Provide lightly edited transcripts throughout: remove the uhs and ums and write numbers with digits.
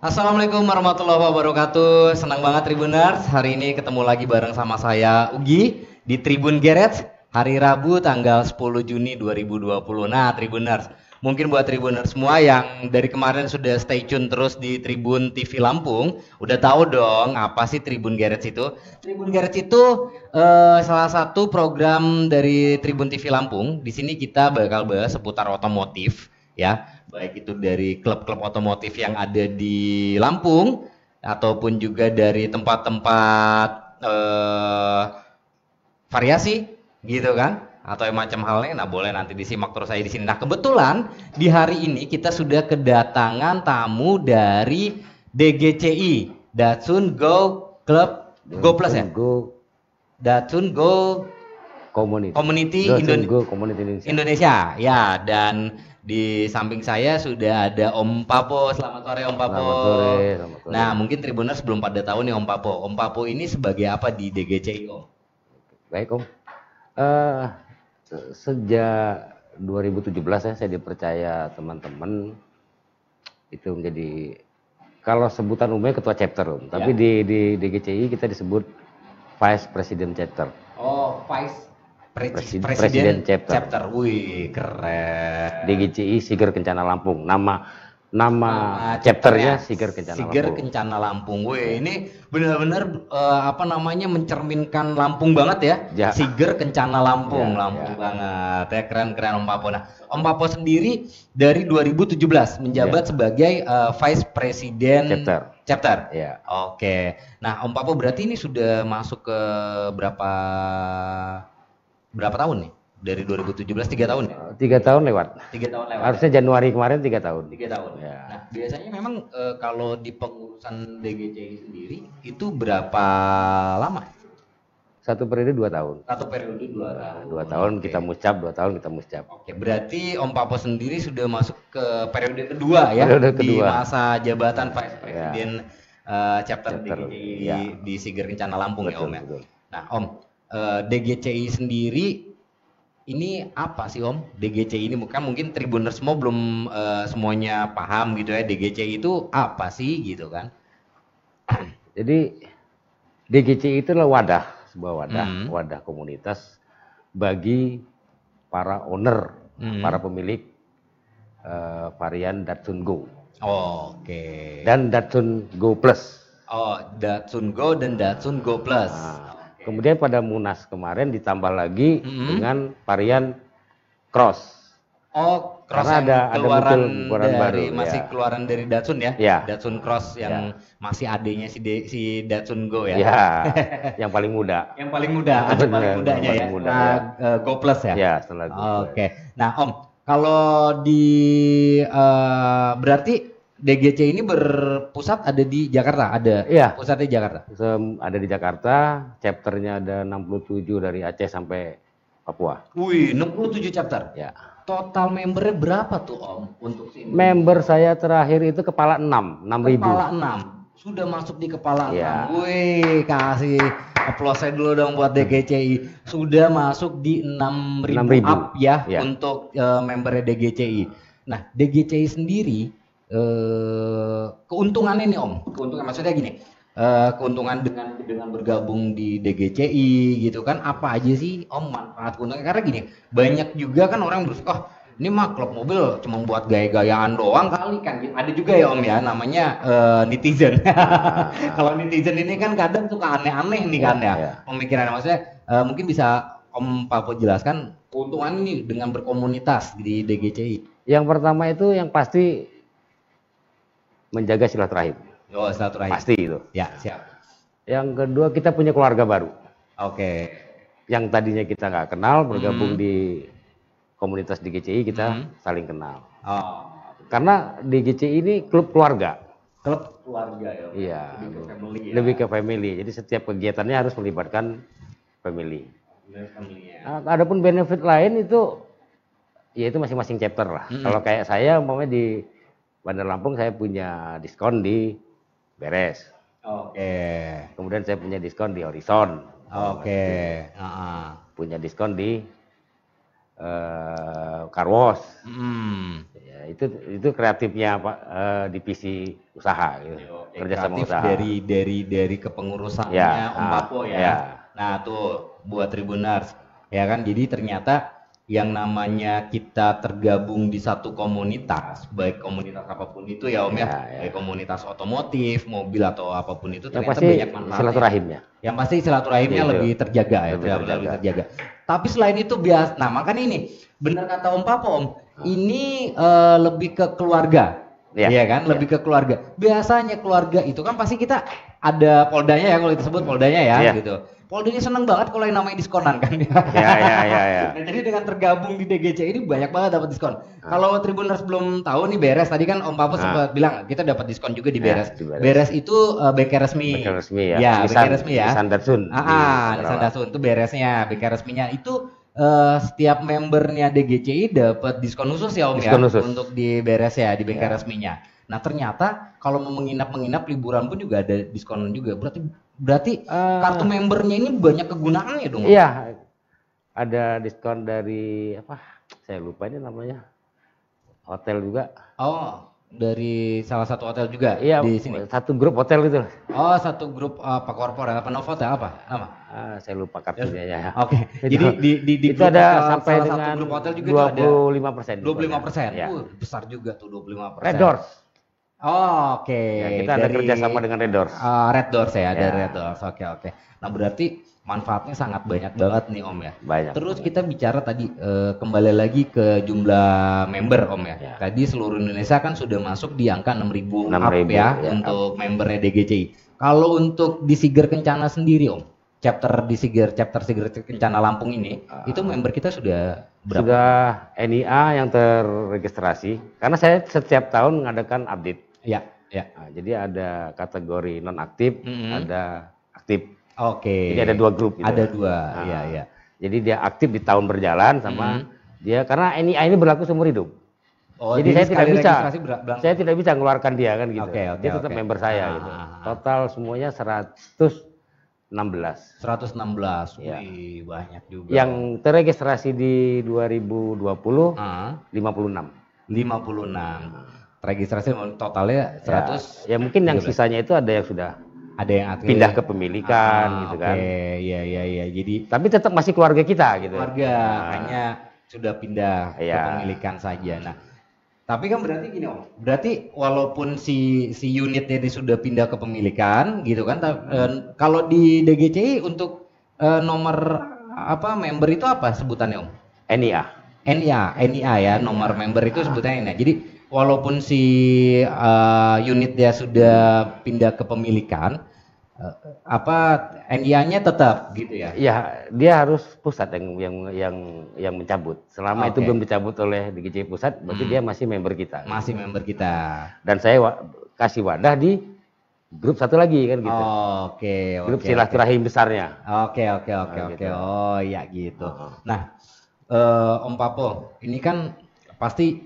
Assalamualaikum warahmatullahi wabarakatuh. Senang banget Tribuners. Hari ini ketemu lagi bareng sama saya Ugi di Tribun Garage hari Rabu tanggal 10 Juni 2020. Nah, Tribuners, mungkin buat Tribuners semua yang dari kemarin sudah stay tune terus di Tribun TV Lampung, udah tahu dong apa sih Tribun Garage itu? Tribun Garage itu salah satu program dari Tribun TV Lampung. Di sini kita bakal bahas seputar otomotif, ya, baik itu dari klub-klub otomotif yang ada di Lampung ataupun juga dari tempat-tempat variasi gitu kan, atau yang macam halnya. Nah, boleh nanti disimak terus saya di sini. Nah, kebetulan di hari ini kita sudah kedatangan tamu dari DGCI, Datsun Go Club Go Plus ya, Datsun Go Community Indonesia ya. Dan di samping saya sudah ada Om Papo. Selamat sore Om Papo. Selamat sore. Nah, mungkin Tribuners belum pada tahu nih Om Papo. Om Papo ini sebagai apa di DGCI Om? Baik Om. Sejak 2017 ya saya dipercaya teman-teman itu menjadi, kalau sebutan umumnya ketua chapter Om. Tapi di DGCI kita disebut Vice President Chapter. Oh, Vice Presiden chapter. Wih, keren. DGCI Siger Kencana Lampung. Nama chapternya Siger Kencana Lampung. Wih, ini benar-benar mencerminkan Lampung banget ya. Siger Kencana Lampung, Lampung banget. Ya, keren Om Papo. Nah, Om Papo sendiri dari 2017 menjabat sebagai Vice President chapter. Ya. Oke. Nah, Om Papo berarti ini sudah masuk ke berapa tahun nih? Dari 2017 3 tahun ya? 3 tahun lewat. 3 tahun lewat. Harusnya Januari kemarin 3 tahun. 3 tahun. Ya. Nah, biasanya memang kalau di pengurusan DGCI sendiri itu berapa lama? Satu periode 2 tahun. Satu periode 2 tahun. 2 tahun kita muscap, 2 tahun kita muscap. Oke, berarti Om Papo sendiri sudah masuk ke periode kedua ya, di masa jabatan Vice President chapter DGCI di Siger Kencana Lampung. Betul, ya Om ya. Betul. Nah Om, DGCI sendiri ini apa sih Om? DGCI ini mungkin Tribuners semua belum semuanya paham gitu ya, DGCI itu apa sih gitu kan? Jadi DGCI itu adalah sebuah wadah komunitas bagi para owner, para pemilik varian Datsun Go. Oke. Dan Datsun Go Plus. Oh, Datsun Go dan Datsun Go Plus. Kemudian pada Munas kemarin ditambah lagi dengan varian Cross. Oh, Cross karena ada keluaran dari baru, masih keluaran dari Datsun ya? Datsun Cross yang masih adanya si Datsun Go ya? Ya, yang paling muda. Yang paling muda, ada paling mudanya ya? Go Plus ya? Ya, setelah Go Plus. Oke. Nah Om, kalau di berarti DGC ini berpusat ada di Jakarta, ada pusatnya di Jakarta? Ada di Jakarta, chapternya ada 67 dari Aceh sampai Papua. Wih, 67 chapter? Ya. Total membernya berapa tuh Om untuk sini? Member saya terakhir itu kepala 6.000. Kepala 6, sudah masuk di kepala 6. Wih, kasih aplaus dulu dong buat DGCI. Sudah masuk di 6.000 up ya untuk membernya DGCI. Nah, DGCI sendiri keuntungannya nih Om, keuntungan maksudnya gini, keuntungan dengan bergabung di DGCI gitu kan, apa aja sih Om manfaat keuntungannya? Karena gini, banyak juga kan orang berpikir, ini mah klub mobil cuma buat gaya-gayaan doang kali kan. Ada juga ya Om ya, namanya netizen. Kalau netizen ini kan kadang suka aneh-aneh nih kan ya pemikirannya. Maksudnya mungkin bisa Om Papo jelaskan keuntungan ini dengan berkomunitas di DGCI. Yang pertama itu yang pasti menjaga silaturahim. Oh, silaturahim. Pasti itu. Ya, siap. Yang kedua, kita punya keluarga baru. Oke. Yang tadinya kita nggak kenal, bergabung di komunitas DGCI, kita saling kenal. Oh. Karena DGCI ini klub keluarga. Klub keluarga ya. Iya. Lebih ke family ya. Lebih ke family. Jadi setiap kegiatannya harus melibatkan family. Adapun benefit lain itu, ya itu masing-masing chapter lah. Kalau kayak saya, umpamanya di Bandar Lampung saya punya diskon di Beres. Oke. Kemudian saya punya diskon di Horizon. Oke. Punya diskon di Car Wash. Ya, itu kreatifnya Pak divisi usaha gitu. Kerjasama Kreatif usaha. dari kepengurusannya Om Papo ya. Nah, tuh buat Tribuners ya kan, jadi ternyata yang namanya kita tergabung di satu komunitas, baik komunitas apapun itu ya Om ya, baik komunitas otomotif, mobil atau apapun itu, ternyata banyak manfaatnya. Silaturahimnya. Yang pasti silaturahimnya lebih terjaga ya, lebih terjaga. Tapi selain itu biasa, nah makanya ini benar kata Om Papo Om, ini lebih ke keluarga, ya kan, lebih ke keluarga. Biasanya keluarga itu kan pasti kita ada poldanya ya, kalau disebut poldanya ya, gitu. Poldanya seneng banget kalau yang namanya diskonan kan. Ya. Nah, jadi dengan tergabung di DGC ini banyak banget dapat diskon. Kalau Tribuners belum tahu nih Beres, tadi kan Om Papo sempat bilang kita dapat diskon juga di Beres. Beres itu bengkel resmi. Bengkel resmi ya. Ya, bengkel resmi ya. Nissan Datsun. Nissan Datsun itu Beresnya, bengkel resminya itu setiap membernya DGCI dapat diskon khusus ya Om ya, untuk di Beres ya, di bengkel resminya. Nah ternyata kalau mau menginap liburan pun juga ada diskon juga. Berarti kartu membernya ini banyak kegunaannya dong? Iya, ada diskon dari apa? Saya lupa ini namanya. Hotel juga. Oh, dari salah satu hotel juga di sini. Satu grup hotel itu. Oh, satu grup apa korporat apa Novotel apa nama? Saya lupa kartunya ya. Oke. Jadi di itu ada sampai salah dengan satu grup hotel juga 25%. 25%. Besar juga tuh 25%. Red Doors. Oh, oke. Ya, kita ada kerjasama dengan Red Doors. Red Doors ya, ada Red Doors. Oke. Nah berarti manfaatnya sangat banyak banget nih Om ya. Banyak. Terus kita bicara tadi kembali lagi ke jumlah member Om ya. Tadi seluruh Indonesia kan sudah masuk di angka 6.000 ya untuk membernya DGCI. Kalau untuk di Siger Kencana sendiri Om, chapter Siger Kencana Lampung ini, itu member kita sudah berapa? Sudah NIA yang terregistrasi. Karena saya setiap tahun mengadakan update. Ya. Nah, jadi ada kategori non aktif, ada aktif. Oke. Jadi ada 2 grup. Gitu. Ada 2, iya. Jadi dia aktif di tahun berjalan sama dia, karena NIA ini berlaku seumur hidup. Oh, jadi saya tidak bisa mengeluarkan dia kan gitu. Dia tetap member saya gitu. Total semuanya 116. 116. Wih, banyak juga. Yang terregistrasi di 2020 56. 56. Registrasi totalnya 100. Ya mungkin yang sisanya itu ada yang sudah pindah ke pemilikan gitu kan. Iya. Jadi tapi tetap masih keluarga kita gitu. Keluarga, hanya sudah pindah ke pemilikan saja. Nah, tapi kan berarti gini Om. Berarti walaupun si unitnya ini sudah pindah ke pemilikan gitu kan, kalau di DGCI untuk nomor member itu apa sebutannya Om? NIA ya, nomor member itu sebutannya NIA. Jadi walaupun si unit dia sudah pindah ke pemilikan, NIA-nya tetap gitu ya? Ya, dia harus pusat yang mencabut. Selama itu belum dicabut oleh DGCI pusat, berarti dia masih member kita. Masih member kita. Dan saya kasih wadah di grup satu lagi kan gitu. Grup silaturahim besarnya. Oke. Oh ya gitu. Nah, Om Papo, ini kan pasti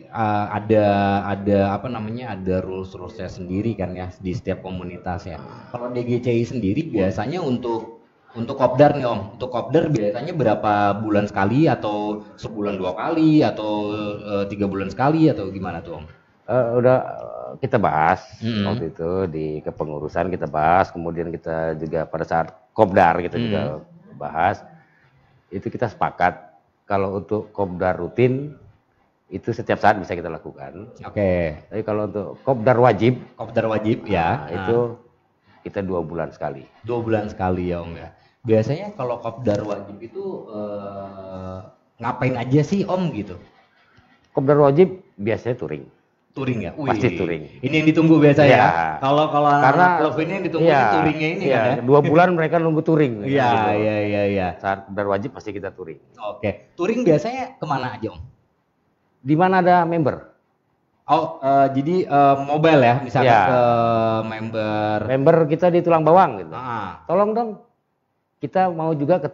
ada rules-rulesnya sendiri kan ya di setiap komunitas ya. Kalau DGCI sendiri biasanya untuk kopdar nih Om, untuk kopdar biasanya berapa bulan sekali atau sebulan 2 kali atau 3 bulan sekali atau gimana tuh Om? Udah kita bahas waktu itu di kepengurusan kita bahas, kemudian kita juga pada saat kopdar kita juga bahas. Itu kita sepakat kalau untuk kopdar rutin itu setiap saat bisa kita lakukan. Tapi kalau untuk kopdar wajib ya, itu kita 2 bulan sekali. 2 bulan sekali ya Om ya. Biasanya kalau kopdar wajib itu ngapain aja sih Om gitu? Kopdar wajib biasanya touring ya. Pasti touring. Ini yang ditunggu biasa ya. Kalau karena ini yang ditunggu touringnya ini kan ya. 2 bulan mereka nunggu touring. Iya. Saat kopdar wajib pasti kita touring. Touring biasanya kemana aja Om? Di mana ada member. Jadi mobile ya, misalnya ke member kita di Tulang Bawang gitu. Tolong dong, kita mau juga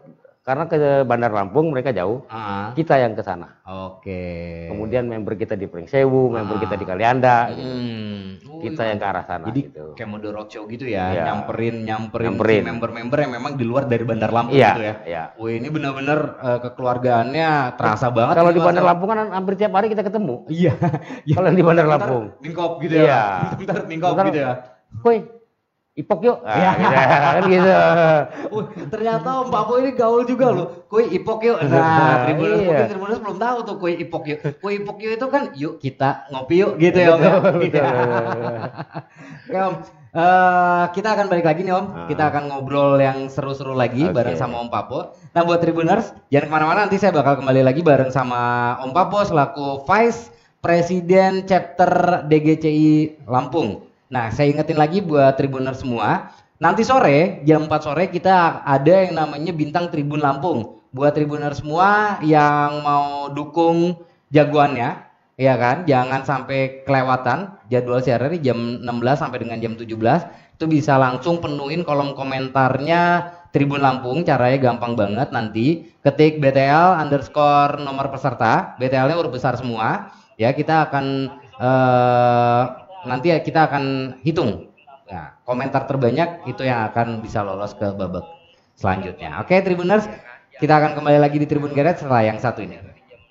karena ke Bandar Lampung mereka jauh, kita yang ke sana. Oke. Kemudian member kita di Pringsewu, member kita di Kalianda, gitu. Kita yang ke arah sana. Jadi gitu. kayak mode roadshow gitu ya, Iya. nyamperin si member-member yang memang di luar dari Bandar Lampung Iya, gitu ya. Iya. Wih, ini benar-benar kekeluargaannya terasa banget. Kalau di Bandar Lampung kan hampir tiap hari kita ketemu. Iya. Kalau di Bandar Lampung. Mingkop gitu ya. Iya. Bentar mingkop gitu ya. Woi, ipok yuk. Kan gitu. Ternyata Om Papo ini gaul juga loh. Kue ipok yuk. Nah, Tribuners belum tahu tuh kue ipok yuk. Kue ipok yuk itu kan yuk kita ngopi yuk gitu ya Om. Betul. Oke Om, kita akan balik lagi nih Om. Kita akan ngobrol yang seru-seru lagi bareng sama Om Papo. Nah buat Tribuners, jangan kemana-mana, nanti saya bakal kembali lagi bareng sama Om Papo selaku Vice Presiden Chapter DGCI Lampung. Nah, saya ingetin lagi buat Tribuners semua, nanti sore, jam 4 sore kita ada yang namanya Bintang Tribun Lampung. Buat Tribuners semua yang mau dukung jagoannya, ya kan, jangan sampai kelewatan jadwal siaran jam 16 sampai dengan jam 17, itu bisa langsung penuhin kolom komentarnya Tribun Lampung, caranya gampang banget, nanti ketik BTL _ nomor peserta, BTL-nya huruf besar semua, ya kita akan... nanti kita akan hitung nah, komentar terbanyak itu yang akan bisa lolos ke babak selanjutnya. Oke Tribuners, kita akan kembali lagi di Tribun Garage setelah yang satu ini.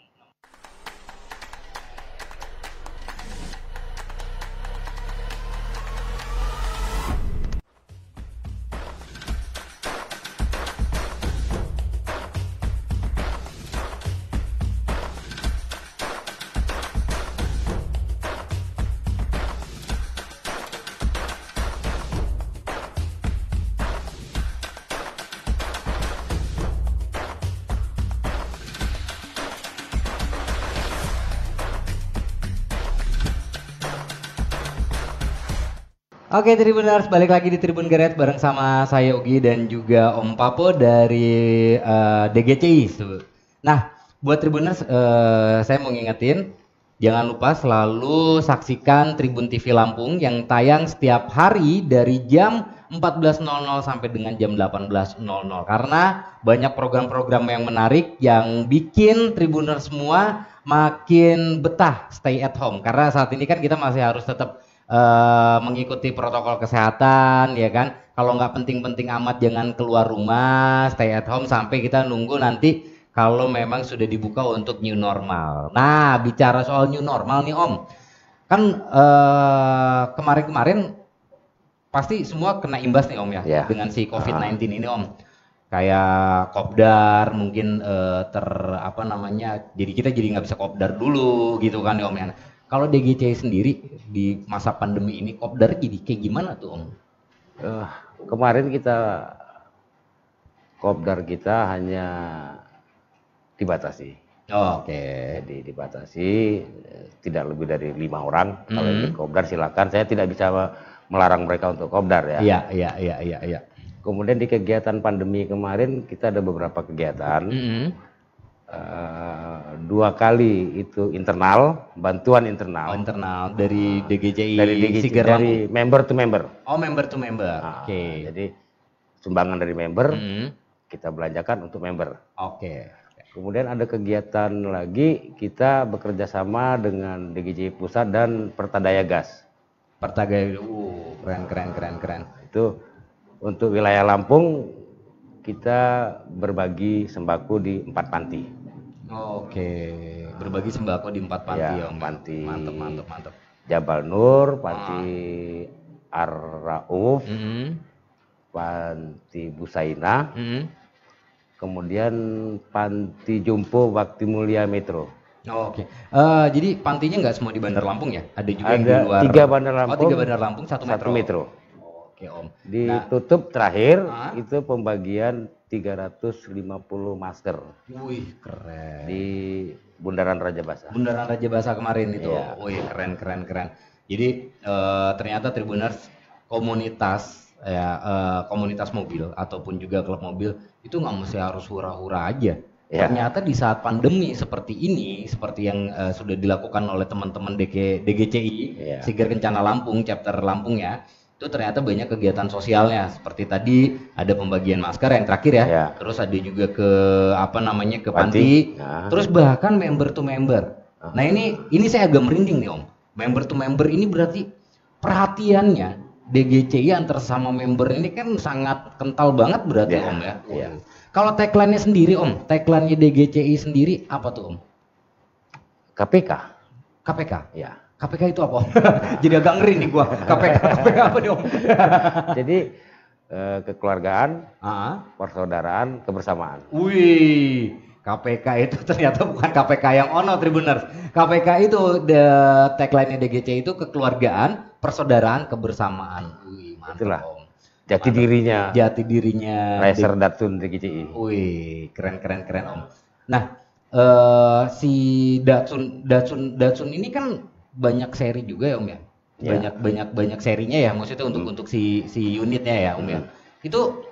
Oke Tribuners, balik lagi di Tribun Garage bareng sama saya Ugi dan juga Om Papo dari DGCI. Nah, buat Tribuners, saya mau ngingetin, jangan lupa selalu saksikan Tribun TV Lampung yang tayang setiap hari dari jam 14.00 sampai dengan jam 18.00 karena banyak program-program yang menarik yang bikin Tribuners semua makin betah stay at home karena saat ini kan kita masih harus tetap mengikuti protokol kesehatan ya kan, kalau nggak penting-penting amat jangan keluar rumah, stay at home sampai kita nunggu nanti kalau memang sudah dibuka untuk new normal. Nah bicara soal new normal nih Om, kan kemarin-kemarin pasti semua kena imbas nih Om ya, dengan si COVID-19 ini Om, kayak kopdar mungkin jadi kita jadi nggak bisa kopdar dulu gitu kan ya Om ya. Kalau DGCI sendiri di masa pandemi ini kopdar jadi kayak gimana tuh Om? Kemarin kopdar kita hanya dibatasi. Oke. Jadi dibatasi tidak lebih dari 5 orang. Kalau ingin kopdar silakan. Saya tidak bisa melarang mereka untuk kopdar ya. Iya. Kemudian di kegiatan pandemi kemarin kita ada beberapa kegiatan. 2 kali itu internal, bantuan internal. Internal dari DGCI, dari member to member. Oh, member to member. Oke. Jadi sumbangan dari member kita belanjakan untuk member. Oke. Kemudian ada kegiatan lagi, kita bekerja sama dengan DGCI Pusat dan Pertadaya Gas. Pertadaya, keren. Itu untuk wilayah Lampung kita berbagi sembako di 4 panti. Oke, berbagi sembako di 4 panti ya Om. Panti. Mantap. Jabal Nur, Panti Ar-Rauf, Panti Busaina, kemudian Panti Jumpo Bakti Mulia Metro. Oke. Jadi pantinya nggak semua di Bandar Lampung ya? Ada juga yang di luar. 3 Bandar Lampung. 3 Bandar Lampung, 1 metro. Oke Om. Ditutup terakhir itu pembagian 350 masker. Wih keren. Di Bundaran Raja Basa. Bundaran Raja Basa kemarin itu. Iya. Wih keren. Jadi ternyata Tribuners komunitas komunitas mobil ataupun juga klub mobil itu nggak mesti harus hura-hura aja. Ya. Ternyata di saat pandemi seperti ini, seperti yang sudah dilakukan oleh teman-teman DGCI, Sigar Kencana Lampung, chapter Lampung ya, itu ternyata banyak kegiatan sosialnya seperti tadi ada pembagian masker yang terakhir ya. Ya. Terus ada juga ke apa namanya ke panti. Nah. Terus bahkan member to member. Nah ini saya agak merinding nih Om. Member to member ini berarti perhatiannya DGCI antar sama member ini kan sangat kental banget berarti Ya. Om ya. Ya. Kalau tagline-nya sendiri Om, tagline-nya DGCI sendiri apa tuh Om? KPK. KPK. Ya. KPK itu apa? Jadi agak ngeri nih gua. KPK apa nih Om? Jadi kekeluargaan, Ah. persaudaraan, kebersamaan. Wih, KPK itu ternyata bukan KPK yang ono Tribuners. KPK itu tagline-nya DGC itu kekeluargaan, persaudaraan, kebersamaan. Wih, mantap Itulah. Om. Jati dirinya. Jati dirinya. Racer Datsun DGCI. Wih, keren Om. Nah, si Datsun ini kan banyak seri juga ya Om ya. Ya. Banyak serinya ya, maksudnya untuk si unitnya ya Om ya. Itu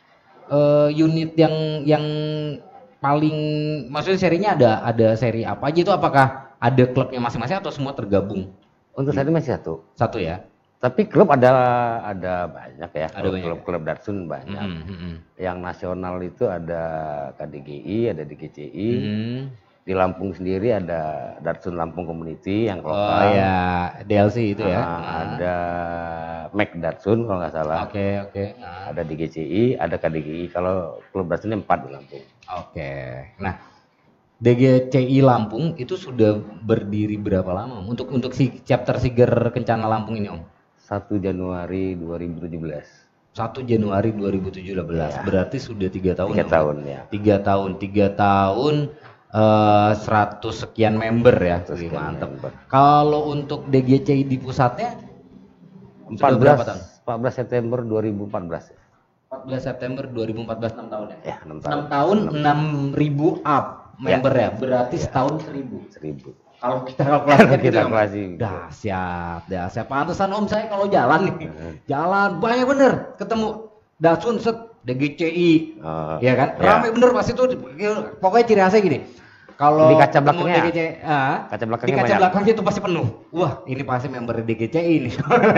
unit yang paling maksudnya serinya ada seri apa aja itu, apakah ada klubnya masing-masing atau semua tergabung? Untuk saat ini masih satu. Satu ya. Tapi klub ada banyak ya. Ada banyak Klub Datsun banyak. Yang nasional itu ada KDGI, ada DGCI. Di Lampung sendiri ada Datsun Lampung Community yang lokal. Oh ya, DLC itu ya. Ada Mac Datsun kalau nggak salah. Oke. Ada DGCI, ada KDGI. Kalau klub Datsun 4 di Lampung. Oke. Nah, DGCI Lampung itu sudah berdiri berapa lama Om? Untuk si chapter Siger Kencana Lampung ini Om? 1 Januari 2017. 1 Januari 2017. Ya. Berarti sudah 3 tahun. 3 tahun ya. 3 tahun 100 sekian member ya. Wih, mantap. Kalau untuk DGCI di pusatnya 14 berapa tahun? 14 September 2014. 14 September 2014, 6 tahun ya? Ya, 6 6 tahun 6.000 up member ya. Berarti setahun 1.000. 1000. Kalau kita kalkulasikan gitu Kita ya, Om. kalkulasi. Dahsyat. Pantesan Om saya kalau jalan nih, jalan banyak bener ketemu Datsun set DGCI, ya kan? Ya. Rame bener pasti tuh. Pokoknya ciri khasnya gini. Kalau Di kaca ketemu belakangnya, DGCI, kaca belakangnya di kaca banyak. belakangnya itu pasti penuh. Wah, ini pasti member DGCI nih.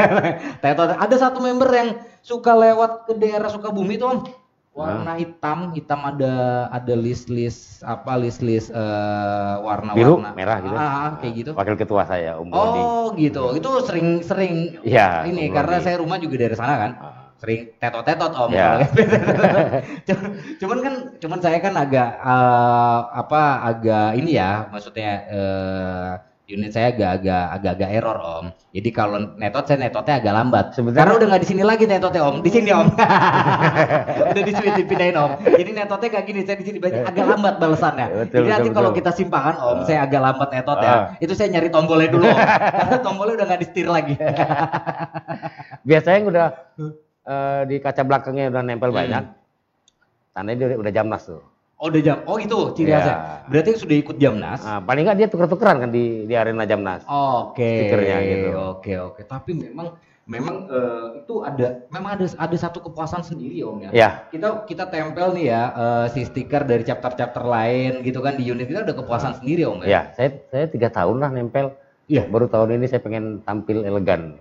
Ada satu member yang suka lewat ke daerah Sukabumi tuh Om. Warna hitam ada list warna-warna Biru, merah gitu. kayak gitu. Wakil ketua saya, Om Bodi. Oh gitu, itu sering Ya, ini Om karena Bodi. saya rumah juga dari sana kan, sering tetot Om. Ya. cuman saya kan agak agak ini ya, maksudnya unit saya agak error Om. Jadi kalau saya netotnya agak lambat. Sebenarnya Karena udah nggak di sini lagi netotnya Om, di sini Om. Udah dipindahin Om. Jadi netotnya kayak gini, saya di sini agak lambat balasannya. Betul, Jadi nanti betul, kalau betul. kita simpangan Om, saya agak lambat netot ya. Itu saya nyari tombolnya dulu Om. Karena tombolnya udah nggak di setir lagi. Biasanya yang udah di kaca belakangnya udah nempel banyak. Tandanya dia udah jamnas tuh. Oh udah jam, oh gitu ciri Ya. khasnya. Berarti sudah ikut Jamnas. Nah, paling nggak dia tuker-tukeran kan di arena Jamnas. Oke. Stikernya gitu. Oke. Tapi memang itu ada satu kepuasan sendiri Om ya. Ya. Kita tempel nih ya si stiker dari chapter lain gitu kan di unit kita ada kepuasan sendiri Om ya. Ya, saya 3 tahun lah nempel. Iya. Baru tahun ini saya pengen tampil elegan.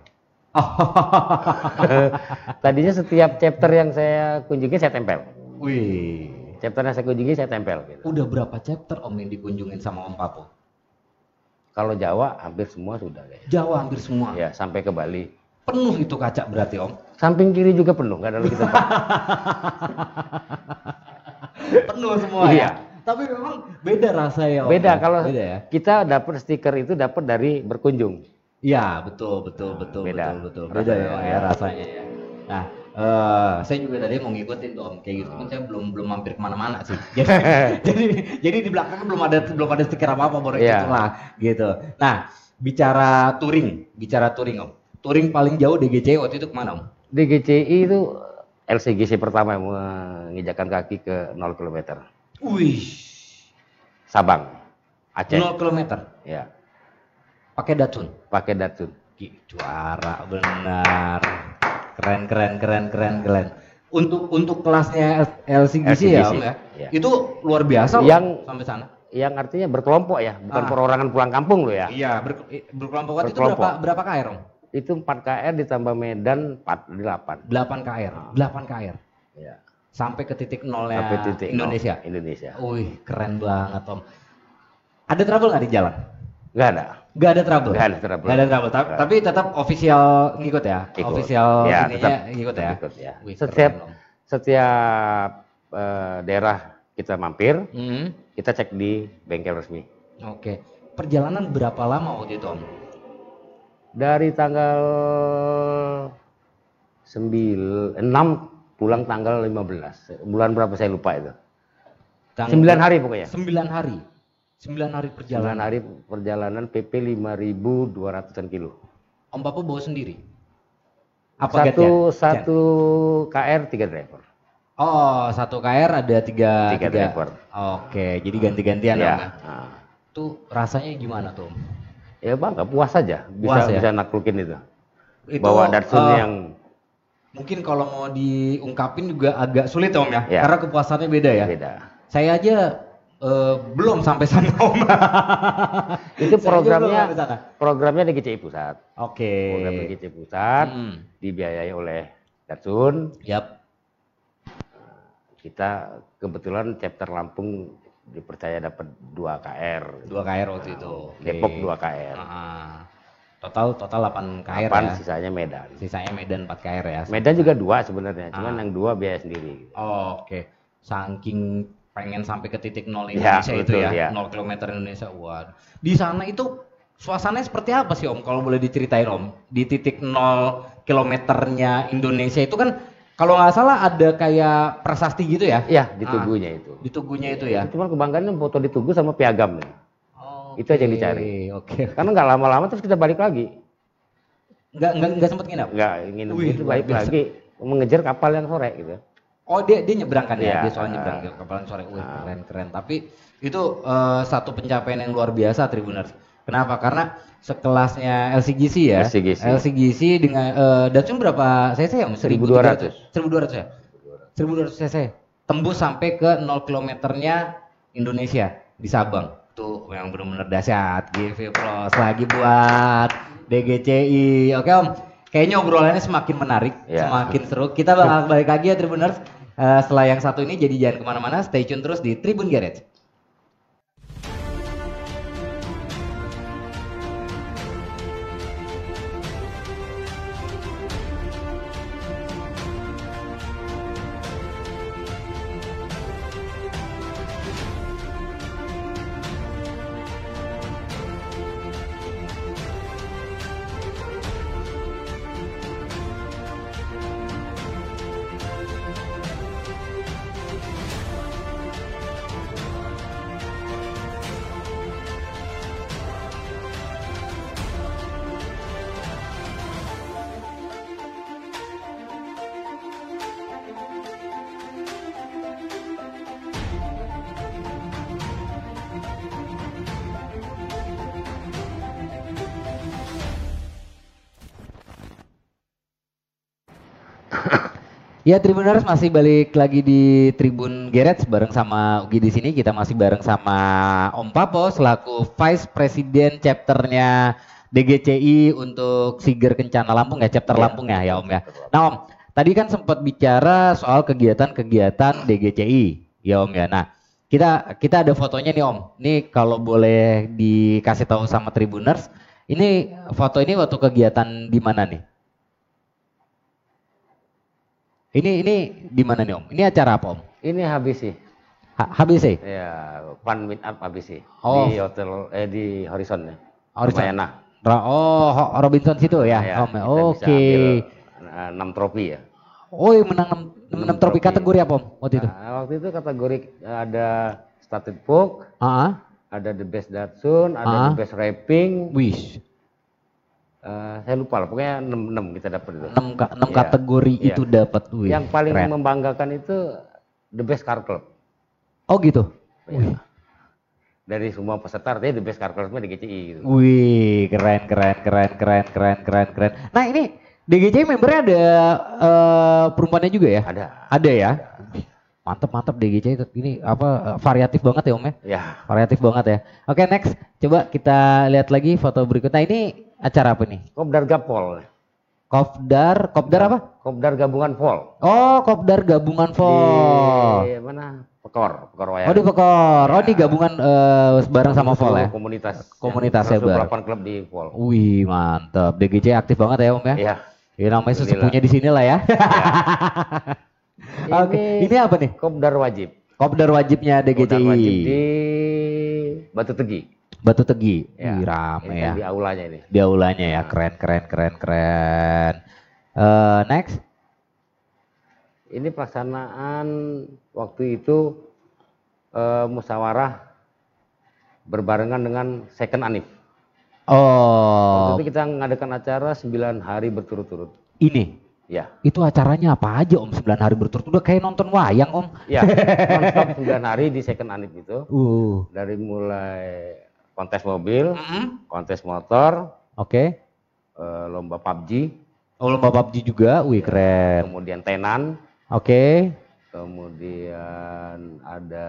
Tadinya setiap chapter yang saya kunjungi saya tempel. Wih. Chapter yang saya kunjungi saya tempel. Gitu. Udah berapa chapter Om yang dikunjungin sama Om Papo? Kalau Jawa hampir semua sudah kayaknya. Jawa hampir semua. Ya, sampai ke Bali. Penuh itu kaca berarti Om. Samping kiri juga penuh, nggak ada lagi tempat. Penuh semua Iya. ya. Tapi memang beda rasanya Om. Beda kalau beda ya. kita dapat stiker itu dapat dari berkunjung. Iya, betul. Beda. Beda ya, Rasanya. ya rasanya ya. Nah, saya juga tadi mau ngikutin tuh Om kayak gitu, kan saya belum mampir kemana-mana sih. Jadi di belakang belum ada stiker apa-apa baru Iya. itulah gitu. Nah, bicara touring Om. Touring paling jauh DGCI waktu itu kemana Om? DGCI itu LCGC pertama yang menginjakan kaki ke 0 km. Wih, Sabang, Aceh. 0 km. Ya, Pakai Datsun. pakai Datsun. Juara benar. Keren. Untuk kelasnya LCGC ya Om ya. Ya. Itu luar biasa loh sampai sana. Yang artinya berkelompok ya, bukan Ah. perorangan pulang kampung loh ya. Iya, berkelompok waktu itu Berkelompok. berapa KR Om? Itu 4 KR ditambah Medan 8. 8 KR. 8 KR. Ya. Sampai ke titik nolnya Sampai titik Indonesia. Indonesia. Wih, keren banget Om. Ada trouble nggak di jalan? Nggak ada. Nggak ada trouble. Nggak ada trouble. Nggak ada trouble. Tapi tetap official ngikut ya. Ikut. Official Ya, ininya ngikut ya. Ikut ya. Wih, Setiap daerah kita mampir, kita cek di bengkel resmi. Oke. Perjalanan berapa lama waktu itu Om? Dari tanggal 6 pulang tanggal 15. Bulan berapa saya lupa itu. 9 hari pokoknya. 9 hari. 9 hari perjalanan. 9 hari perjalanan PP 5.200-an kilo. Om Papa bawa sendiri? Apa satu KR 3 driver. Oh, 1 KR ada 3 driver. Oke, jadi ganti-gantian ya. Om. Tuh rasanya gimana tuh Om? Ya bangga, puas saja bisa naklukin itu. Bawa Datsun yang mungkin kalau mau diungkapin juga agak sulit Om ya. Karena kepuasannya beda ya. Beda. Saya aja belum sampai sana Om. Itu programnya DGCI Pusat. Oke. Program DGCI Pusat dibiayai oleh Datsun. Yap. Kita kebetulan chapter Lampung dipercaya dapat 2 KR. 2 KR waktu itu. Depok 2 KR. Total 8 KR 8, ya. Sisanya Medan. Sisanya Medan 4 KR ya. Medan juga 2 sebenarnya, cuman yang 2 biaya sendiri. Oke. Saking pengen sampai ke titik 0 Indonesia itu ya. 0 km Indonesia. Wah. Di sana itu suasananya seperti apa sih Om? Kalau boleh diceritain Om. Di titik 0 kilometernya Indonesia itu kan kalau nggak salah ada kayak prasasti gitu ya? Iya, di Tugunya itu. Di Tugunya itu ya? Cuman kebanggaannya foto di Tugu sama piagam. Itu aja yang dicari. Oke. Karena nggak lama-lama terus kita balik lagi. Nggak sempat nginap? Nggak nginap, itu balik lagi. Mengejar kapal yang sore gitu. Oh dia nyebrang kan ya? Dia soalnya nyebrang kapal yang sore. Wih keren. Tapi itu satu pencapaian yang luar biasa Tribuners. Kenapa? Karena sekelasnya LCGC ya. LCGC dengan Datsun berapa cc ya? 1200. 1200 ya? 1200 cc. Tembus sampai ke 0 kilometernya Indonesia di Sabang. Tuh yang benar-benar dahsyat. Give applause lagi buat DGCI. Oke Om, kayaknya obrolannya semakin menarik, semakin seru. Kita bakal balik lagi ya Tribuners. Setelah yang satu ini, jadi jangan kemana-mana. Stay tune terus di Tribun Garage. Ya Tribuners, masih balik lagi di Tribun Garage bareng sama Ugi di sini. Kita masih bareng sama Om Papo selaku Vice President chapternya DGCI untuk Siger Kencana Lampung ya, chapter Lampung ya Om ya. Nah Om, tadi kan sempat bicara soal kegiatan-kegiatan DGCI ya Om ya. Nah, kita ada fotonya nih Om. Ini kalau boleh dikasih tahu sama Tribuners, ini foto ini waktu kegiatan di mana nih? Ini di mana nih Om? Ini acara apa Om? Ini HBC. HBC? Ya, Fun Meet Up HBC. Oh. Di hotel di Horizon ya. Horizon. Ramayana. Robinson situ ya, Om. Oke. 6 trofi ya. Oh, menang 6 trofi kategori apa Om waktu itu? Waktu itu kategori ada Started Book, ada The Best Datsun, ada The Best Rapping. Wih. Saya lupa lah, pokoknya 6 kita dapat itu. 6 kategori itu dapat. Yang paling membanggakan itu The Best Car Club. Oh gitu. Ya. Dari semua peserta artinya The Best Car Club DGCI gitu. Wih, keren. Nah, ini DGCI membernya ada perempuannya juga ya? Ada. Ada ya? Mantep DGC itu. Ini apa variatif banget ya Om ya? Ya. Variatif banget ya. Oke, next. Coba kita lihat lagi foto berikutnya. Ini acara apa nih? Kopdar Gapol. Kopdar apa? Kopdar Gabungan Pol. Oh, Kopdar Gabungan Vol. Di mana? Pekor Wayang. Oh, di Pekor. Ya. Oh, di gabungan bareng sama Vol ya? Komunitas ya, 8 klub di Vol. Wih, mantap. DGC aktif banget ya Om ya? Iya. Ya namanya sesepunya di sini lah ya. Oke, ini apa nih? Kopdar wajib. Kopdar wajibnya DGCI. Kopdar wajib di Batu Tegi. Batu Tegi. Ya. Wih, rame Ini ya. kan di aulanya ini. Di aulanya ya, keren. Next. Ini pelaksanaan waktu itu musyawarah berbarengan dengan Second Anif. Oh. Waktu itu kita mengadakan acara 9 hari berturut-turut. Ini. Ya. Itu acaranya apa aja Om? 9 hari berturut-turut. Udah kayak nonton wayang Om. Ya. Non-stop 9 hari di Second Anif itu. Dari mulai kontes mobil, kontes motor, Oke. lomba PUBG. Oh, lomba PUBG juga. Wih, keren. Kemudian tenan. Oke. Kemudian ada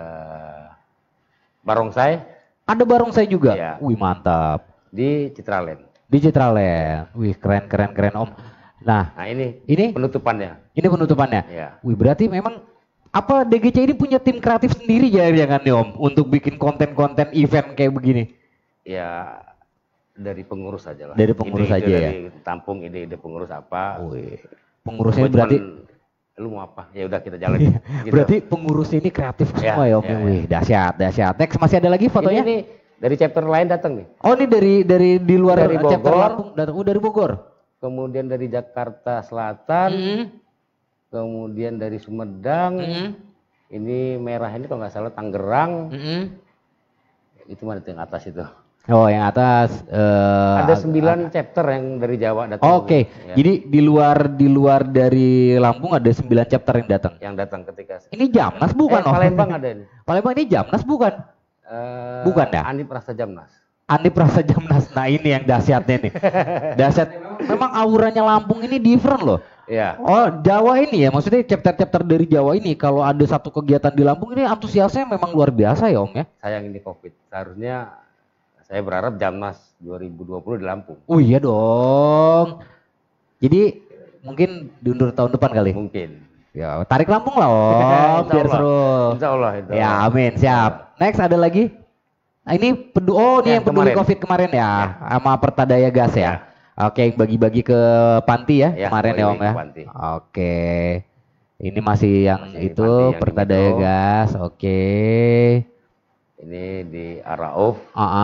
barongsai. Ada barongsai juga. Ya. Wih, mantap. Di Citraland. Di Citraland. Wih, keren Om. Nah, ini penutupannya. Ini penutupannya. Ya. Wih, berarti memang apa DGC ini punya tim kreatif sendiri jangan nih Om untuk bikin konten-konten event kayak begini? Ya, dari pengurus aja lah. Dari pengurus aja ya. Dari tampung ide-ide pengurus apa. Wih, pengurusnya berarti lu mau apa? Ya udah kita jalan. Gitu. Berarti pengurus ini kreatif semua ya Om. Ya. Wih, dahsyat. Next masih ada lagi fotonya? Ini dari chapter lain datang nih. Oh, ini dari di luar dari Bogor, chapter Lampung datang. Oh, dari Bogor. Kemudian dari Jakarta Selatan. Kemudian dari Sumedang. Ini merah ini kalau nggak salah Tangerang. Itu mana tuh yang atas itu? Oh, yang atas ada 9 chapter yang dari Jawa datang. Oke. Ya. Jadi di luar dari Lampung ada 9 chapter yang datang. Yang datang ketika. Ini Jamnas bukan? Palembang ada ini. Palembang ini Jamnas bukan? Bukan ya? Anip Rasa Jamnas. Anip Rasa Jamnas. Nah, ini yang dahsyatnya nih. Dahsyat. Memang auranya Lampung ini different loh. Iya. Oh, Jawa ini ya. Maksudnya chapter-chapter dari Jawa ini kalau ada satu kegiatan di Lampung ini antusiasnya memang luar biasa ya Om ya. Sayang ini Covid. Seharusnya saya berharap Jamnas 2020 di Lampung. Oh iya dong. Jadi mungkin diundur tahun depan kali. Mungkin. Ya, tarik Lampung lah Om, biar seru. Insya Allah. Ya, amin, siap. Next ada lagi. Nah, ini ini yang peduli Covid kemarin ya, sama Pertadaya Gas ya. Oke, bagi-bagi ke panti ya, kemarin ya Om ya. Oke. Ini masih yang itu Pertadaya Gas. Oke. Ini di Arauf.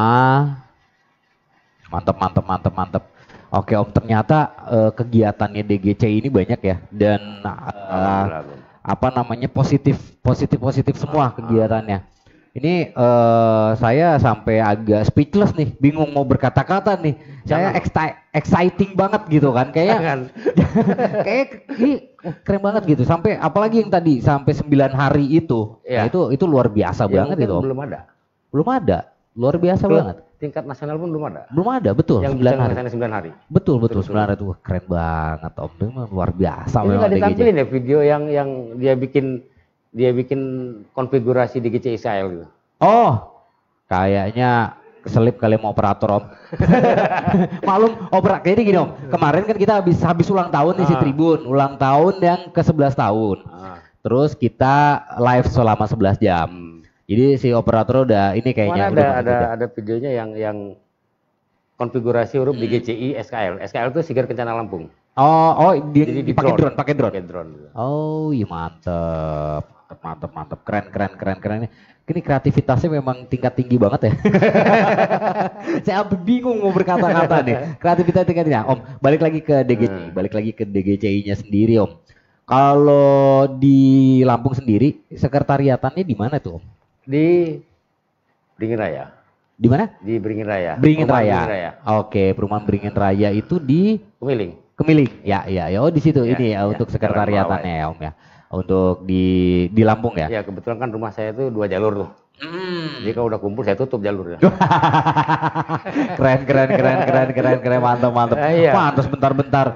Mantap. Oke Om, ternyata kegiatannya DGC ini banyak ya dan apa namanya positif semua kegiatannya. Ini saya sampai agak speechless nih, bingung mau berkata-kata nih. Saya exciting banget gitu kan, kayak ini keren banget gitu. Sampai apalagi yang tadi sampai 9 hari itu, nah, itu luar biasa banget itu Om. Belum ada, luar biasa banget. Tingkat nasional pun belum ada. Belum ada, betul. Yang 9 hari. Betul 9 hari itu keren banget Om. Itu luar biasa. Ini nggak ditampilin ya video yang dia bikin konfigurasi DGC Israel gitu. Oh, kayaknya keselip kali mau operator Om. Maklum kayaknya gini Om. Kemarin kan kita habis ulang tahun nih si Tribun, ulang tahun yang ke-11 tahun. Terus kita live selama 11 jam. Jadi si operator udah ini kayaknya ada videonya yang konfigurasi huruf DGCI SKL. SKL itu Sigar Kencana Lampung. Oh, pakai drone. Oh, iya mantep. Keren. Ini kreativitasnya memang tingkat tinggi banget ya. Saya bingung mau berkata-kata nih. Kreativitas tingkatnya. Om, balik lagi ke DGCI-nya sendiri Om. Kalau di Lampung sendiri, sekretariatannya di mana tuh Om? Di Beringin Raya. Di mana? Di Beringin Raya. Beringin Raya. Oke, perumahan Beringin Raya itu di Kemiling. Ya. Oh, di situ ini ya untuk sekretariatannya ya Om ya. Untuk di Lampung ya. Ya, kebetulan kan rumah saya itu 2 jalur tuh. Jadi kalau udah kumpul saya tutup jalurnya. Keren, mantap. Pantas bentar-bentar.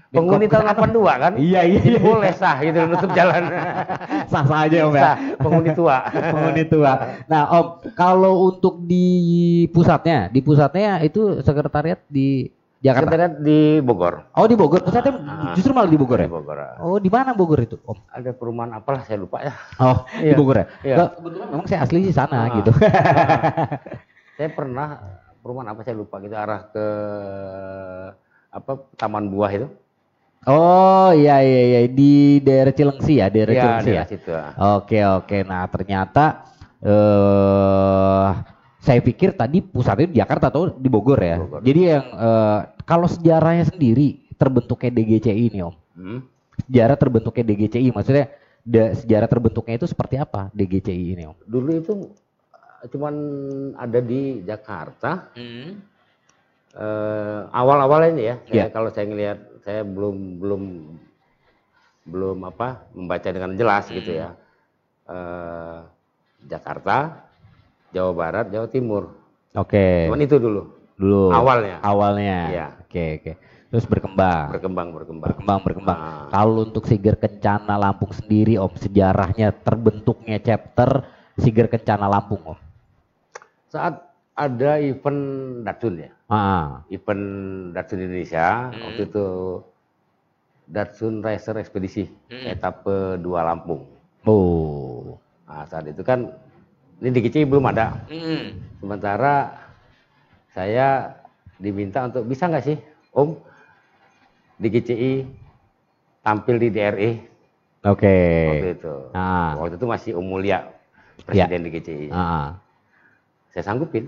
Penghuni tahun 82 kan? Iya. Jadi boleh sah gitu nutup jalan. Sah-sah aja Om ya. Sah, penghuni tua. Penghuni tua. Nah Om, kalau untuk di pusatnya itu sekretariat di Jakarta. Sekretariat di Bogor. Oh di Bogor, pusatnya justru malah di Bogor ya? Di Bogor. Oh di mana Bogor itu Om? Ada perumahan apalah saya lupa ya. Oh di Bogor ya? Iya. Kebetulan memang saya asli di sana gitu. Saya pernah perumahan apa saya lupa gitu arah ke Taman Buah itu. Oh iya di daerah Cilengsi ya, Cilengsi ya. Situ. Oke. Nah ternyata saya pikir tadi pusatnya di Jakarta atau di Bogor ya. Bogor. Jadi yang kalau sejarahnya sendiri terbentuknya DGCI ini Om. Sejarah terbentuknya DGCI maksudnya sejarah terbentuknya itu seperti apa DGCI ini Om? Dulu itu cuman ada di Jakarta. Awal-awal ini ya. Kalau saya ngelihat saya belum membaca dengan jelas gitu ya. Jakarta, Jawa Barat, Jawa Timur. Oke. Cuman itu dulu. Awalnya. Iya. Oke. Terus berkembang. Nah. Kalau untuk Siger Kencana Lampung sendiri Om, sejarahnya terbentuknya chapter Siger Kencana Lampung Om. Saat ada event Datsun ya. Event Datsun Indonesia, waktu itu Datsun Racer Ekspedisi, etape 2 Lampung. Oh. Nah, saat itu kan ini di DGCI belum ada. Sementara saya diminta untuk bisa nggak sih Om DGCI tampil di DRE. Oke. Waktu itu. Waktu itu masih Om Mulya presiden DGCI. Saya sanggupin.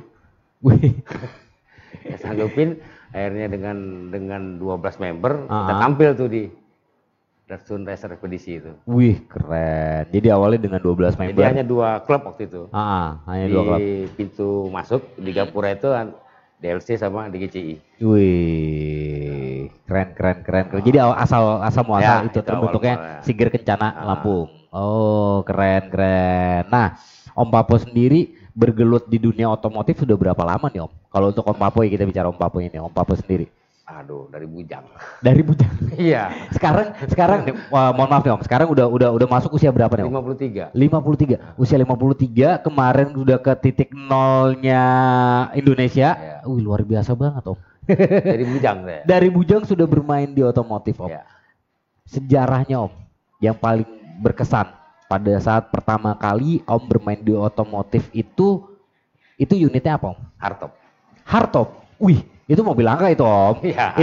Saya sanggupin, akhirnya dengan 12 member kita tampil tuh di Datsun Racer Ekspedisi itu. Wih keren. Jadi awalnya dengan 12 member. Jadi hanya 2 klub waktu itu. Hanya 2 klub. Di pintu masuk di Gapura itu DLC sama DGCI. Wih, keren. Jadi asal muasal itu terbentuknya Siger Kencana Lampung. Oh, keren. Nah, Om Papo sendiri bergelut di dunia otomotif sudah berapa lama nih Om? Kalau untuk Om Papo kita bicara Om Papo ini, Om Papo sendiri. Aduh, dari bujang. Dari bujang. Iya. Sekarang mohon maaf nih Om, sekarang udah masuk usia berapa nih Om? 53. Usia 53, kemarin udah ke titik nolnya Indonesia. Ya. Wih, luar biasa banget Om. Dari bujang saya. Dari bujang sudah bermain di otomotif Om. Ya. Sejarahnya Om, yang paling berkesan pada saat pertama kali Om bermain di otomotif itu unitnya apa Om? Hardtop. Wih, itu mobil langka itu Om. Ya.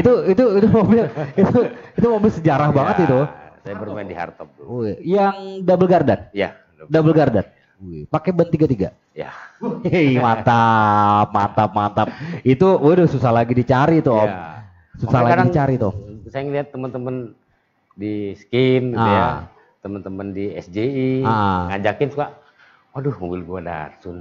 Itu mobil sejarah banget itu. Saya bermain di hardtop dulu. Wih, yang double gardan. Ya. Double gardan. Wih, pakai ban 33. Ya. Hei, mantap. Itu waduh susah lagi dicari tuh Om. Ya. Susah lagi dicari tuh. Saya ngeliat teman-teman di Skin gitu ya. Teman-teman di SJI ngajakin suka, waduh mobil gua Datsun.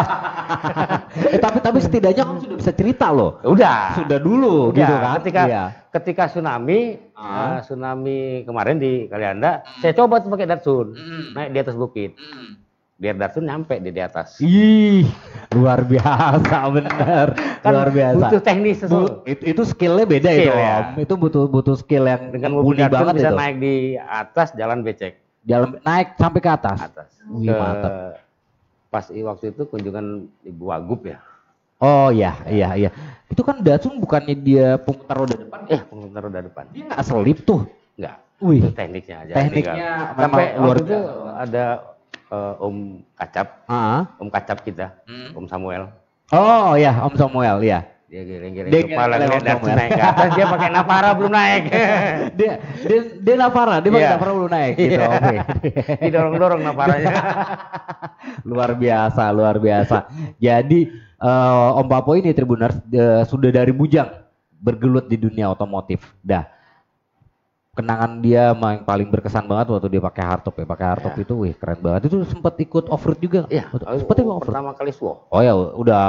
Tapi setidaknya kamu sudah bisa cerita loh. Sudah dulu gitu kan. Ketika tsunami kemarin di Kalianda, saya coba tuh pakai Datsun, naik di atas bukit. Biar Datsun nyampe di atas. Ih, luar biasa bener. Kan luar biasa. Butuh teknis itu skillnya beda itu Om. Itu butuh skill yang dengan mobil Datsun banget bisa itu. naik di atas jalan becek. Naik sampai ke atas. Wih, mantap. Pas waktu itu kunjungan Ibu Wagub ya. Oh iya. Itu kan Datsun bukannya dia pemutar roda depan? Pemutar roda depan. Dia nggak selip tuh. Nggak. Wih. Itu tekniknya aja. Sampai luar itu ada Om Kacap. Om Kacap kita. Om Samuel. Oh iya, Om Samuel ya. Dia geleng-geleng kepala ngeliat Datsun naik ke atas, dia pakai Navara belum naik. dia Navara, dia pakai Navara belum naik gitu. Oke. Didorong-dorong Navaranya. luar biasa. Jadi Om Papo ini Tribuners sudah dari bujang bergelut di dunia otomotif. Kenangan dia yang paling berkesan banget waktu dia pakai hardtop ya. Pakai hardtop itu wih keren banget. Itu sempat ikut off-road juga. Iya. Sempat ikut off-road. Pertama kali SWO. Oh ya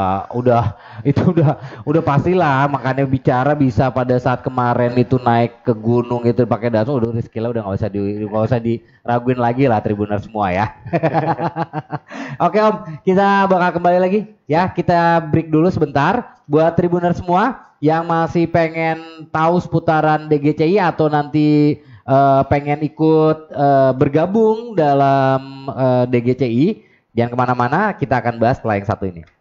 udah pastilah, makanya bicara bisa pada saat kemarin itu naik ke gunung itu pakai Datsun udah skill udah nggak usah diraguin lagi lah Tribuner semua ya. Oke Om, kita bakal kembali lagi ya. Kita break dulu sebentar. buat Tribuner semua yang masih pengen tahu seputaran DGCI atau nanti pengen ikut bergabung dalam DGCI, jangan kemana-mana, kita akan bahas setelah yang satu ini.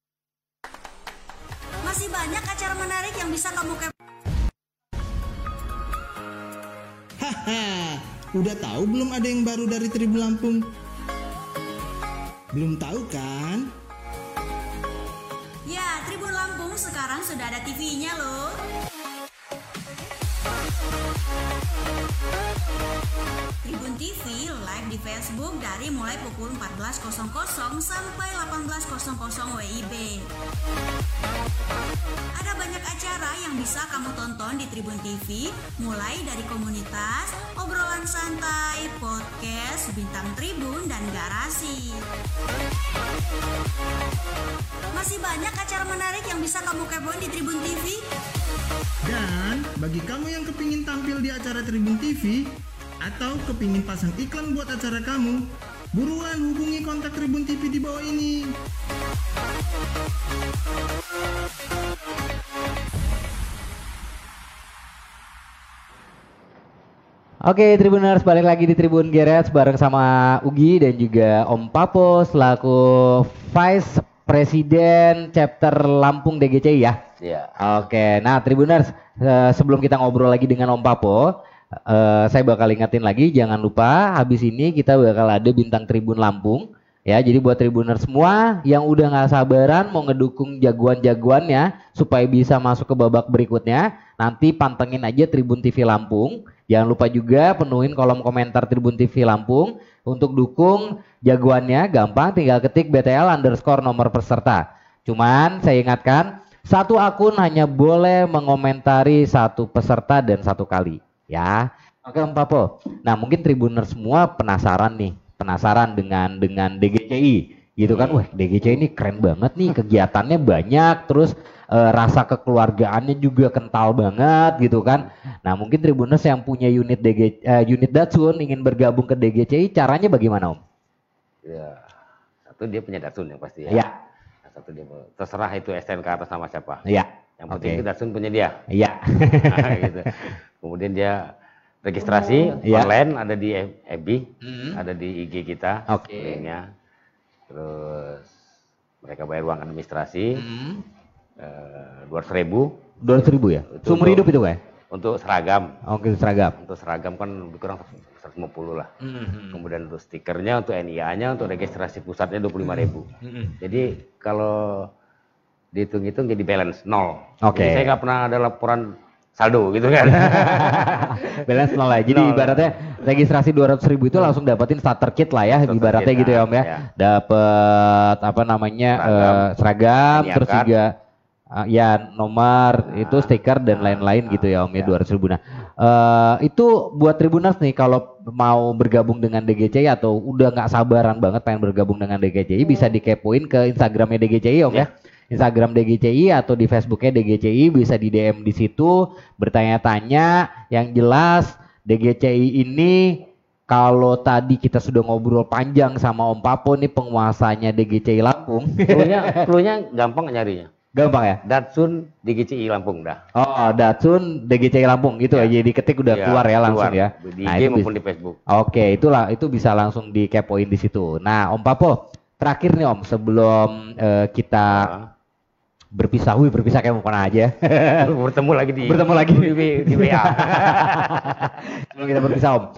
Masih banyak acara menarik yang bisa kamu Udah tahu belum ada yang baru dari Tribun Lampung? Belum tahu kan? Ya, Tribun Lampung sekarang sudah ada TV-nya loh. Tribun TV live di Facebook dari mulai pukul 14.00 sampai 18.00 WIB. Ada banyak acara yang bisa kamu tonton di Tribun TV, mulai dari komunitas, obrolan santai, podcast, bintang Tribun, dan garasi. Masih banyak acara menarik yang bisa kamu kepoin di Tribun TV. Dan bagi kamu yang kepingin tampil di acara Tribun TV atau kepingin pasang iklan buat acara kamu, buruan hubungi kontak Tribun TV di bawah ini. Oke, Tribuners, balik lagi di Tribun Garage bareng sama Ugi dan juga Om Papo selaku Vice Presiden Chapter Lampung DGCI ya. Iya. Oke, nah Tribuners, sebelum kita ngobrol lagi dengan Om Papo, saya bakal ingetin lagi, jangan lupa habis ini kita bakal ada bintang Tribun Lampung. Ya, jadi buat Tribuner semua yang udah nggak sabaran mau ngedukung jagoan-jagoannya supaya bisa masuk ke babak berikutnya, nanti pantengin aja Tribun TV Lampung. Jangan lupa juga penuhin kolom komentar Tribun TV Lampung untuk dukung jagoannya. Gampang, tinggal ketik BTL _ nomor peserta. Cuman saya ingatkan, satu akun hanya boleh mengomentari satu peserta dan satu kali. Ya, oke Om Papo. Nah mungkin Tribuner semua penasaran dengan DGCI gitu kan. Wah, DGCI ini keren banget nih, kegiatannya banyak, terus rasa kekeluargaannya juga kental banget gitu kan. Nah mungkin Tribuners yang punya unit unit Datsun ingin bergabung ke DGCI, caranya bagaimana Om? Ya, satu dia punya Datsun yang pasti ya. Iya. Nah, satu dia terserah itu STNK atas nama siapa. Iya. Yang penting itu Datsun punya dia. Iya. Nah, gitu. Kemudian dia registrasi online, ada di FB, ada di IG kita, linknya. Terus mereka bayar uang administrasi 200.000. 200.000 ya? Seumur hidup itu ya? Untuk seragam. Oke, seragam. Untuk seragam kan lebih kurang 150 lah. Kemudian untuk stikernya, untuk NIA-nya, untuk registrasi pusatnya 25.000. Jadi kalau dihitung-hitung jadi balance 0. Oke. Jadi saya nggak pernah ada laporan saldo gitu kan. Balance 0 lah. Jadi ibaratnya registrasi 200.000 itu langsung dapetin starter kit lah ya, ibaratnya gitu ya Om ya. Dapat apa namanya seragam, terus juga ya nomor itu stiker dan lain-lain gitu ya Om ya, 200.000. Nah itu buat Tribuners nih kalau mau bergabung dengan DGCI atau udah nggak sabaran banget pengen bergabung dengan DGCI, bisa dikepoin ke Instagramnya DGCI Om ya. Instagram DGCI atau di Facebooknya DGCI, bisa di DM di situ bertanya-tanya. Yang jelas DGCI ini kalau tadi kita sudah ngobrol panjang sama Om Papo nih, penguasanya DGCI Lampung. Cluenya gampang nyarinya. Gampang ya? Datsun DGCI Lampung dah. Oh, Datsun DGCI Lampung gitu ya. Jadi ketik udah keluar ya langsung ya. Di IG maupun di Facebook. Oke, itu bisa langsung dikepoin di situ. Nah, Om Papo, terakhir nih Om, sebelum kita berpisah kayak mau kemana aja. Bertemu lagi di WA. Sebelum kita berpisah Om,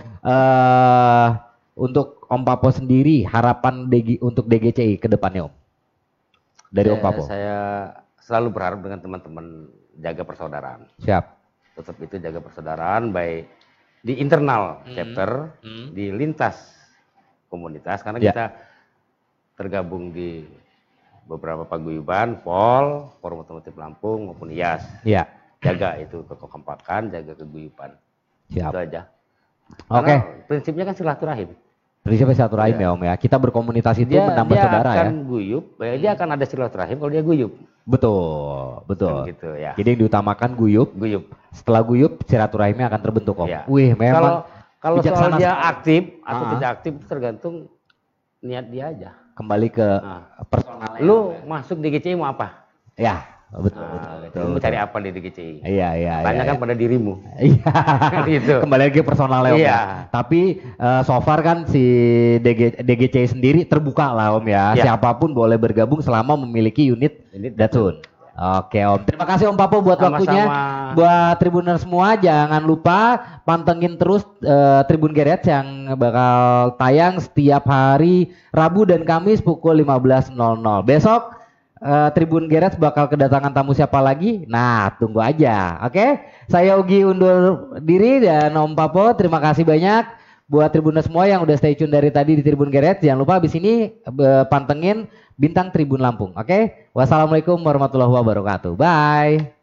untuk Om Papo sendiri harapan untuk DGCI ke depannya Om, dari Om Papo. Saya selalu berharap dengan teman-teman jaga persaudaraan. Siap. Tetap itu jaga persaudaraan baik di internal chapter, di lintas komunitas, karena kita tergabung di beberapa paguyuban, POL, Forum Otomotif Lampung maupun IAS. Iya. Jaga itu kekompakan, jaga keguyuban. Siap. Itu aja. Oke. Prinsipnya kan silaturahim. Prinsipnya silaturahim ya Om ya. Kita berkomunitas itu menambah saudara ya. Dia akan guyup, dia akan ada silaturahim kalau dia guyup. Betul. Kan gitu ya. Jadi yang diutamakan guyup. Setelah guyup silaturahimnya akan terbentuk Om. Ya. Wih, memang kalau soal dia aktif atau tidak aktif tergantung niat dia aja. Kembali ke personal. Lu masuk di GCI mau apa? Ya, Betul. Mau cari apa di DGCI? Iya. Tanyakan pada dirimu. Iya. Gitu. Kembali lagi personalnya Om. Iya. Ya. Tapi so far kan si DGCI sendiri terbuka lah Om ya. Iya. Siapapun boleh bergabung selama memiliki unit Datsun. Oke Om. Terima kasih Om Papo buat waktunya. Buat Tribuner semua jangan lupa pantengin terus Tribun Garage yang bakal tayang setiap hari Rabu dan Kamis pukul 15.00. Besok Tribun Garage bakal kedatangan tamu siapa lagi? Nah, tunggu aja. Oke? Saya Ugi undur diri dan Om Papo, terima kasih banyak buat Tribuners semua yang udah stay tune dari tadi di Tribun Garage. Jangan lupa habis ini pantengin Bintang Tribun Lampung. Oke? Wassalamualaikum warahmatullahi wabarakatuh. Bye.